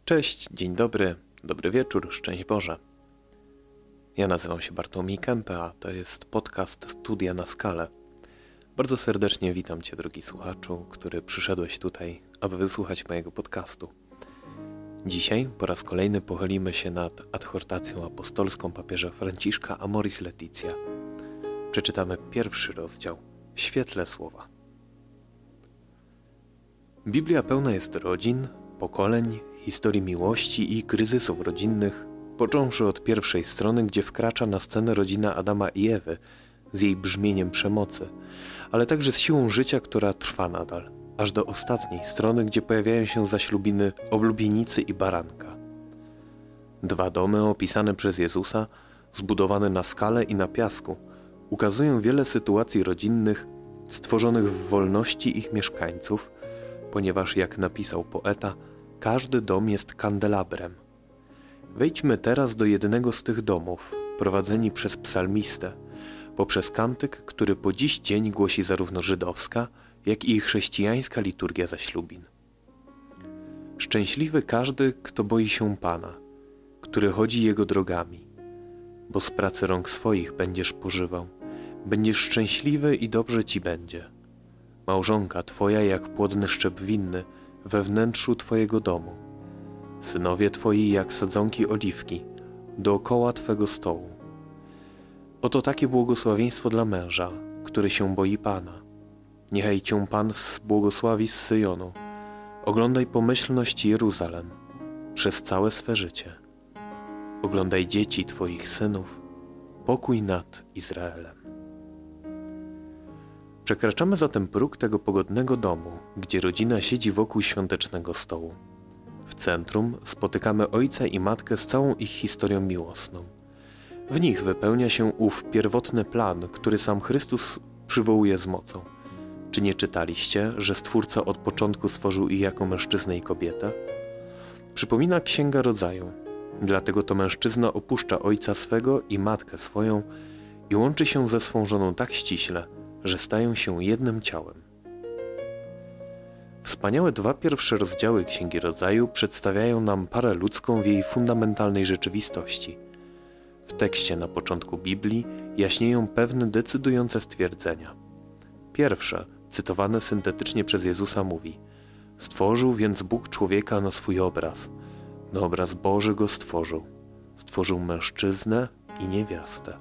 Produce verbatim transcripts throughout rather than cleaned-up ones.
Cześć, dzień dobry, dobry wieczór, szczęść Boże. Ja nazywam się Bartłomiej Kępa, a to jest podcast Studia na Skalę. Bardzo serdecznie witam Cię, drogi słuchaczu, który przyszedłeś tutaj, aby wysłuchać mojego podcastu. Dzisiaj po raz kolejny pochylimy się nad adhortacją apostolską papieża Franciszka Amoris Laetitia. Przeczytamy pierwszy rozdział w świetle słowa. Biblia pełna jest rodzin, pokoleń, historii miłości i kryzysów rodzinnych, począwszy od pierwszej strony, gdzie wkracza na scenę rodzina Adama i Ewy z jej brzmieniem przemocy, ale także z siłą życia, która trwa nadal, aż do ostatniej strony, gdzie pojawiają się zaślubiny oblubienicy i baranka. Dwa domy opisane przez Jezusa, zbudowane na skale i na piasku, ukazują wiele sytuacji rodzinnych stworzonych w wolności ich mieszkańców, ponieważ, jak napisał poeta, każdy dom jest kandelabrem. Wejdźmy teraz do jednego z tych domów, prowadzeni przez psalmistę, poprzez kantyk, który po dziś dzień głosi zarówno żydowska, jak i chrześcijańska liturgia zaślubin. Szczęśliwy każdy, kto boi się Pana, który chodzi Jego drogami, bo z pracy rąk swoich będziesz pożywał, będziesz szczęśliwy i dobrze Ci będzie. Małżonka Twoja jak płodny szczep winny we wnętrzu Twojego domu. Synowie Twoi jak sadzonki oliwki dookoła Twego stołu. Oto takie błogosławieństwo dla męża, który się boi Pana. Niechaj Cię Pan błogosławi z Syjonu. Oglądaj pomyślność Jeruzalem przez całe swe życie. Oglądaj dzieci Twoich synów, pokój nad Izraelem. Przekraczamy zatem próg tego pogodnego domu, gdzie rodzina siedzi wokół świątecznego stołu. W centrum spotykamy ojca i matkę z całą ich historią miłosną. W nich wypełnia się ów pierwotny plan, który sam Chrystus przywołuje z mocą. Czy nie czytaliście, że Stwórca od początku stworzył ich jako mężczyznę i kobietę? Przypomina Księga Rodzaju. Dlatego to mężczyzna opuszcza ojca swego i matkę swoją i łączy się ze swą żoną tak ściśle, że stają się jednym ciałem. Wspaniałe dwa pierwsze rozdziały Księgi Rodzaju przedstawiają nam parę ludzką w jej fundamentalnej rzeczywistości. W tekście na początku Biblii jaśnieją pewne decydujące stwierdzenia. Pierwsze, cytowane syntetycznie przez Jezusa, mówi: Stworzył więc Bóg człowieka na swój obraz. Na obraz Boży go stworzył. Stworzył mężczyznę i niewiastę.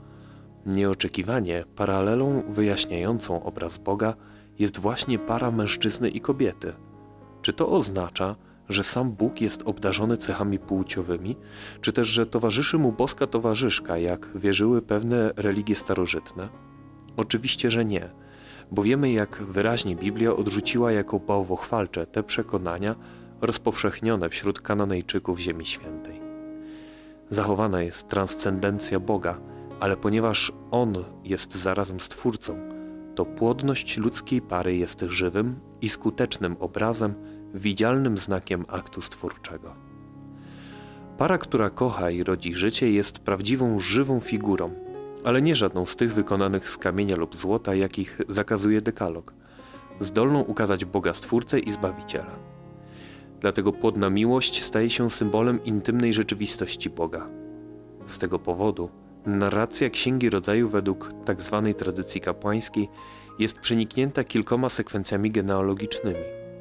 Nieoczekiwanie paralelą wyjaśniającą obraz Boga jest właśnie para mężczyzny i kobiety. Czy to oznacza, że sam Bóg jest obdarzony cechami płciowymi, czy też, że towarzyszy mu boska towarzyszka, jak wierzyły pewne religie starożytne? Oczywiście, że nie, bo wiemy, jak wyraźnie Biblia odrzuciła jako bałwochwalcze te przekonania rozpowszechnione wśród Kananejczyków Ziemi Świętej. Zachowana jest transcendencja Boga, ale ponieważ On jest zarazem Stwórcą, to płodność ludzkiej pary jest żywym i skutecznym obrazem, widzialnym znakiem aktu stwórczego. Para, która kocha i rodzi życie, jest prawdziwą, żywą figurą, ale nie żadną z tych wykonanych z kamienia lub złota, jakich zakazuje dekalog, zdolną ukazać Boga Stwórcę i Zbawiciela. Dlatego płodna miłość staje się symbolem intymnej rzeczywistości Boga. Z tego powodu narracja Księgi Rodzaju według tzw. tradycji kapłańskiej jest przeniknięta kilkoma sekwencjami genealogicznymi.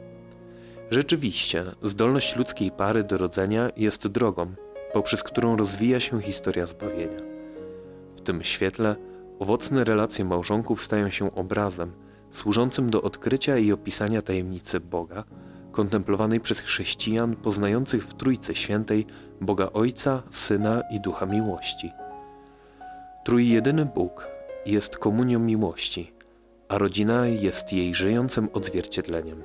Rzeczywiście, zdolność ludzkiej pary do rodzenia jest drogą, poprzez którą rozwija się historia zbawienia. W tym świetle owocne relacje małżonków stają się obrazem służącym do odkrycia i opisania tajemnicy Boga, kontemplowanej przez chrześcijan poznających w Trójcy Świętej Boga Ojca, Syna i Ducha Miłości. Trójjedyny Bóg jest komunią miłości, a rodzina jest jej żyjącym odzwierciedleniem.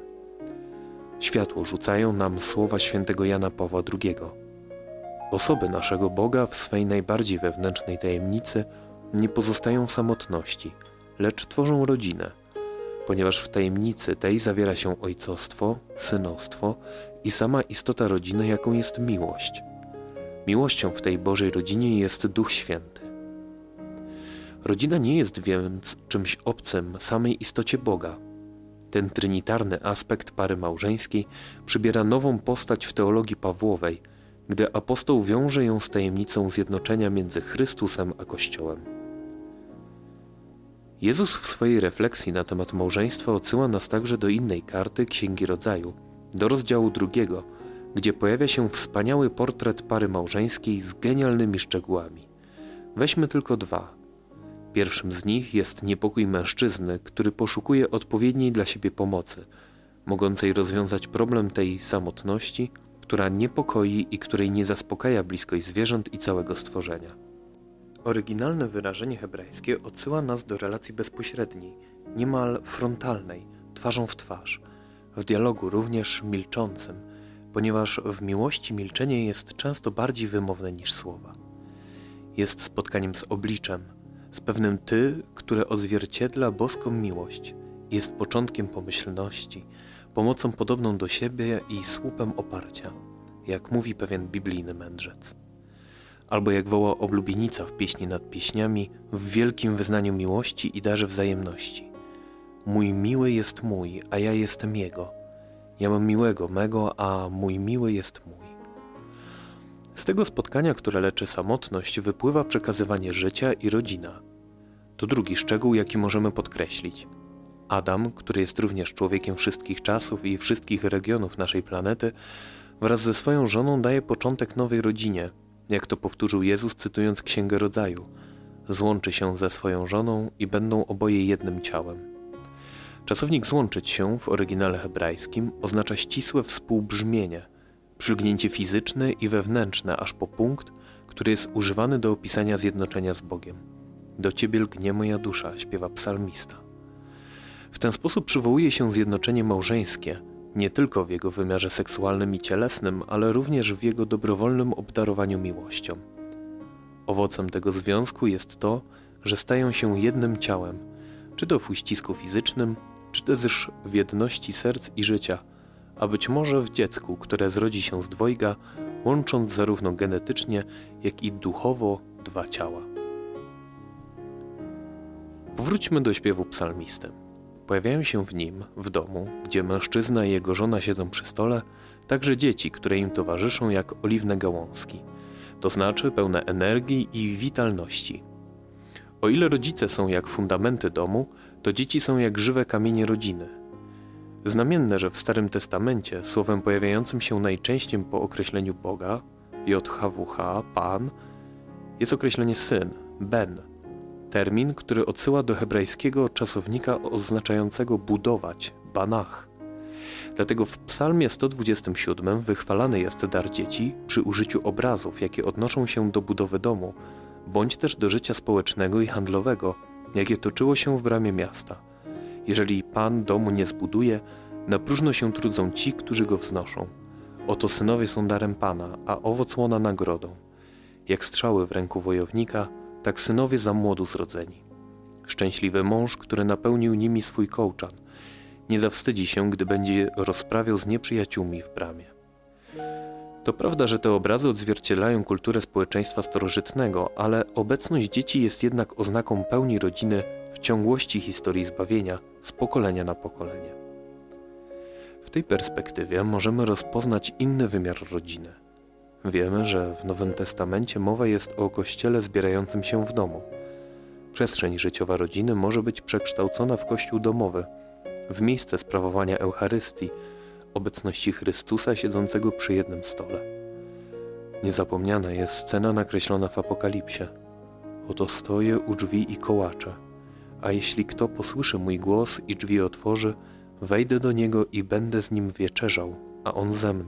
Światło rzucają nam słowa świętego Jana Pawła drugiego. Osoby naszego Boga w swej najbardziej wewnętrznej tajemnicy nie pozostają w samotności, lecz tworzą rodzinę, ponieważ w tajemnicy tej zawiera się ojcostwo, synostwo i sama istota rodziny, jaką jest miłość. Miłością w tej Bożej rodzinie jest Duch Święty. Rodzina nie jest więc czymś obcym samej istocie Boga. Ten trinitarny aspekt pary małżeńskiej przybiera nową postać w teologii Pawłowej, gdy apostoł wiąże ją z tajemnicą zjednoczenia między Chrystusem a Kościołem. Jezus w swojej refleksji na temat małżeństwa odsyła nas także do innej karty Księgi Rodzaju, do rozdziału drugiego, gdzie pojawia się wspaniały portret pary małżeńskiej z genialnymi szczegółami. Weźmy tylko dwa. Pierwszym z nich jest niepokój mężczyzny, który poszukuje odpowiedniej dla siebie pomocy, mogącej rozwiązać problem tej samotności, która niepokoi i której nie zaspokaja bliskość zwierząt i całego stworzenia. Oryginalne wyrażenie hebrajskie odsyła nas do relacji bezpośredniej, niemal frontalnej, twarzą w twarz, w dialogu również milczącym, ponieważ w miłości milczenie jest często bardziej wymowne niż słowa. Jest spotkaniem z obliczem, z pewnym ty, które odzwierciedla boską miłość, jest początkiem pomyślności, pomocą podobną do siebie i słupem oparcia, jak mówi pewien biblijny mędrzec. Albo jak woła oblubienica w pieśni nad pieśniami, w wielkim wyznaniu miłości i darze wzajemności. Mój miły jest mój, a ja jestem jego. Ja mam miłego mego, a mój miły jest mój. Z tego spotkania, które leczy samotność, wypływa przekazywanie życia i rodzina. To drugi szczegół, jaki możemy podkreślić. Adam, który jest również człowiekiem wszystkich czasów i wszystkich regionów naszej planety, wraz ze swoją żoną daje początek nowej rodzinie, jak to powtórzył Jezus, cytując Księgę Rodzaju. Złączy się ze swoją żoną i będą oboje jednym ciałem. Czasownik złączyć się w oryginale hebrajskim oznacza ścisłe współbrzmienie, przylgnięcie fizyczne i wewnętrzne aż po punkt, który jest używany do opisania zjednoczenia z Bogiem. Do Ciebie lgnie moja dusza, śpiewa psalmista. W ten sposób przywołuje się zjednoczenie małżeńskie, nie tylko w jego wymiarze seksualnym i cielesnym, ale również w jego dobrowolnym obdarowaniu miłością. Owocem tego związku jest to, że stają się jednym ciałem, czy to w uścisku fizycznym, czy też w jedności serc i życia, a być może w dziecku, które zrodzi się z dwojga, łącząc zarówno genetycznie, jak i duchowo dwa ciała. Powróćmy do śpiewu psalmisty. Pojawiają się w nim, w domu, gdzie mężczyzna i jego żona siedzą przy stole, także dzieci, które im towarzyszą jak oliwne gałązki, to znaczy pełne energii i witalności. O ile rodzice są jak fundamenty domu, to dzieci są jak żywe kamienie rodziny. Znamienne, że w Starym Testamencie słowem pojawiającym się najczęściej po określeniu Boga, J H W H, Pan, jest określenie syn, ben, termin, który odsyła do hebrajskiego czasownika oznaczającego budować, banach. Dlatego w psalmie sto dwudziestym siódmym wychwalany jest dar dzieci przy użyciu obrazów, jakie odnoszą się do budowy domu, bądź też do życia społecznego i handlowego, jakie toczyło się w bramie miasta. Jeżeli Pan domu nie zbuduje, na próżno się trudzą ci, którzy go wznoszą. Oto synowie są darem Pana, a owoc łona nagrodą. Jak strzały w ręku wojownika, tak synowie za młodu zrodzeni. Szczęśliwy mąż, który napełnił nimi swój kołczan, nie zawstydzi się, gdy będzie rozprawiał z nieprzyjaciółmi w bramie. To prawda, że te obrazy odzwierciedlają kulturę społeczeństwa starożytnego, ale obecność dzieci jest jednak oznaką pełni rodziny w ciągłości historii zbawienia z pokolenia na pokolenie. W tej perspektywie możemy rozpoznać inny wymiar rodziny. Wiemy, że w Nowym Testamencie mowa jest o Kościele zbierającym się w domu. Przestrzeń życiowa rodziny może być przekształcona w Kościół domowy, w miejsce sprawowania Eucharystii, obecności Chrystusa siedzącego przy jednym stole. Niezapomniana jest scena nakreślona w Apokalipsie. Oto stoję u drzwi i kołaczę, a jeśli kto posłyszy mój głos i drzwi otworzy, wejdę do niego i będę z nim wieczerzał, a on ze mną.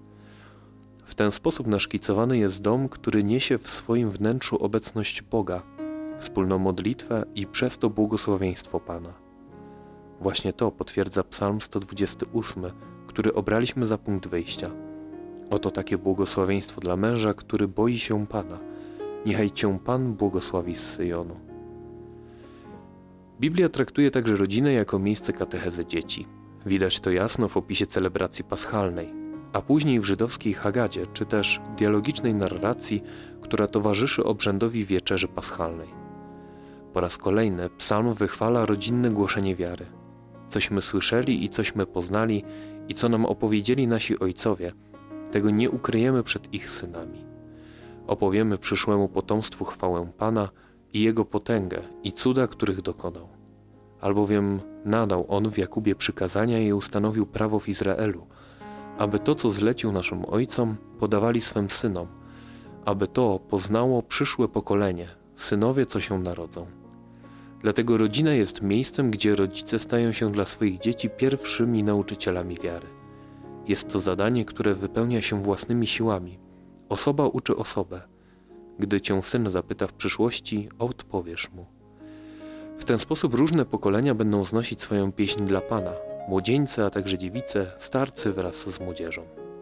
W ten sposób naszkicowany jest dom, który niesie w swoim wnętrzu obecność Boga, wspólną modlitwę i przez to błogosławieństwo Pana. Właśnie to potwierdza Psalm sto dwudziesty ósmy, który obraliśmy za punkt wyjścia. Oto takie błogosławieństwo dla męża, który boi się Pana. Niechaj Cię Pan błogosławi z Syjonu. Biblia traktuje także rodzinę jako miejsce katechezy dzieci. Widać to jasno w opisie celebracji paschalnej, a później w żydowskiej Hagadzie, czy też dialogicznej narracji, która towarzyszy obrzędowi wieczerzy paschalnej. Po raz kolejny psalm wychwala rodzinne głoszenie wiary. Cośmy słyszeli i cośmy poznali i co nam opowiedzieli nasi ojcowie, tego nie ukryjemy przed ich synami. Opowiemy przyszłemu potomstwu chwałę Pana i Jego potęgę i cuda, których dokonał. Albowiem nadał On w Jakubie przykazania i ustanowił prawo w Izraelu, aby to, co zlecił naszym ojcom, podawali swym synom, aby to poznało przyszłe pokolenie, synowie, co się narodzą. Dlatego rodzina jest miejscem, gdzie rodzice stają się dla swoich dzieci pierwszymi nauczycielami wiary. Jest to zadanie, które wypełnia się własnymi siłami. Osoba uczy osobę. Gdy cię syn zapyta w przyszłości, odpowiesz mu. W ten sposób różne pokolenia będą znosić swoją pieśń dla Pana, młodzieńcy, a także dziewice, starcy wraz z młodzieżą.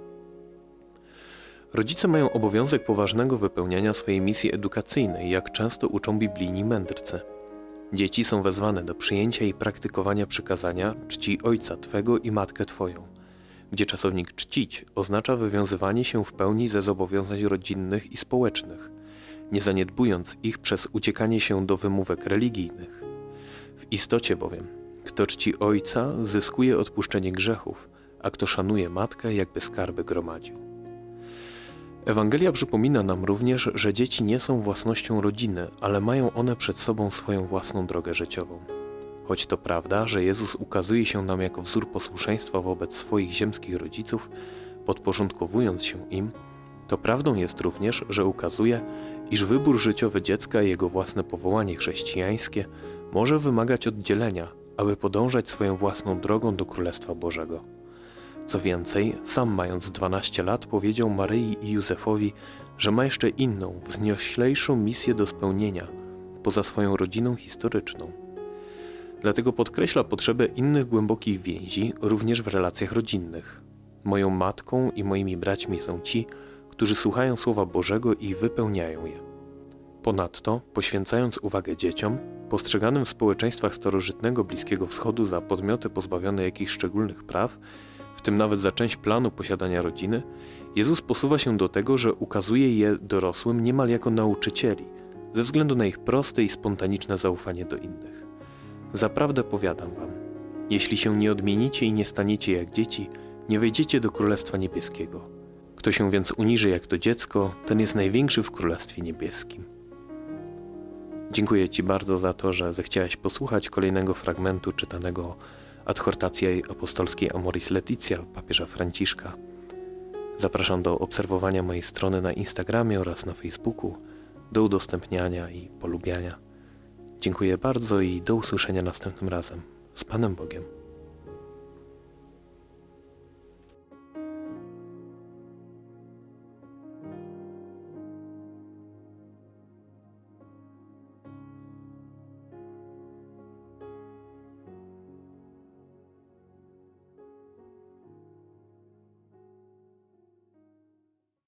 Rodzice mają obowiązek poważnego wypełniania swojej misji edukacyjnej, jak często uczą biblijni mędrcy. Dzieci są wezwane do przyjęcia i praktykowania przykazania czci ojca Twego i matkę Twoją, gdzie czasownik czcić oznacza wywiązywanie się w pełni ze zobowiązań rodzinnych i społecznych, nie zaniedbując ich przez uciekanie się do wymówek religijnych. W istocie bowiem, kto czci ojca, zyskuje odpuszczenie grzechów, a kto szanuje matkę, jakby skarby gromadził. Ewangelia przypomina nam również, że dzieci nie są własnością rodziny, ale mają one przed sobą swoją własną drogę życiową. Choć to prawda, że Jezus ukazuje się nam jako wzór posłuszeństwa wobec swoich ziemskich rodziców, podporządkowując się im, to prawdą jest również, że ukazuje, iż wybór życiowy dziecka i jego własne powołanie chrześcijańskie może wymagać oddzielenia, aby podążać swoją własną drogą do Królestwa Bożego. Co więcej, sam mając dwanaście lat powiedział Maryi i Józefowi, że ma jeszcze inną, wznioślejszą misję do spełnienia, poza swoją rodziną historyczną. Dlatego podkreśla potrzebę innych głębokich więzi również w relacjach rodzinnych. Moją matką i moimi braćmi są ci, którzy słuchają Słowa Bożego i wypełniają je. Ponadto, poświęcając uwagę dzieciom, postrzeganym w społeczeństwach starożytnego Bliskiego Wschodu za podmioty pozbawione jakichś szczególnych praw, w tym nawet za część planu posiadania rodziny, Jezus posuwa się do tego, że ukazuje je dorosłym niemal jako nauczycieli, ze względu na ich proste i spontaniczne zaufanie do innych. Zaprawdę powiadam wam, jeśli się nie odmienicie i nie staniecie jak dzieci, nie wejdziecie do Królestwa Niebieskiego. Kto się więc uniży jak to dziecko, ten jest największy w Królestwie Niebieskim. Dziękuję Ci bardzo za to, że zechciałeś posłuchać kolejnego fragmentu czytanego adhortacji apostolskiej Amoris Laetitia papieża Franciszka. Zapraszam do obserwowania mojej strony na Instagramie oraz na Facebooku, do udostępniania i polubiania. Dziękuję bardzo i do usłyszenia następnym razem. Z Panem Bogiem.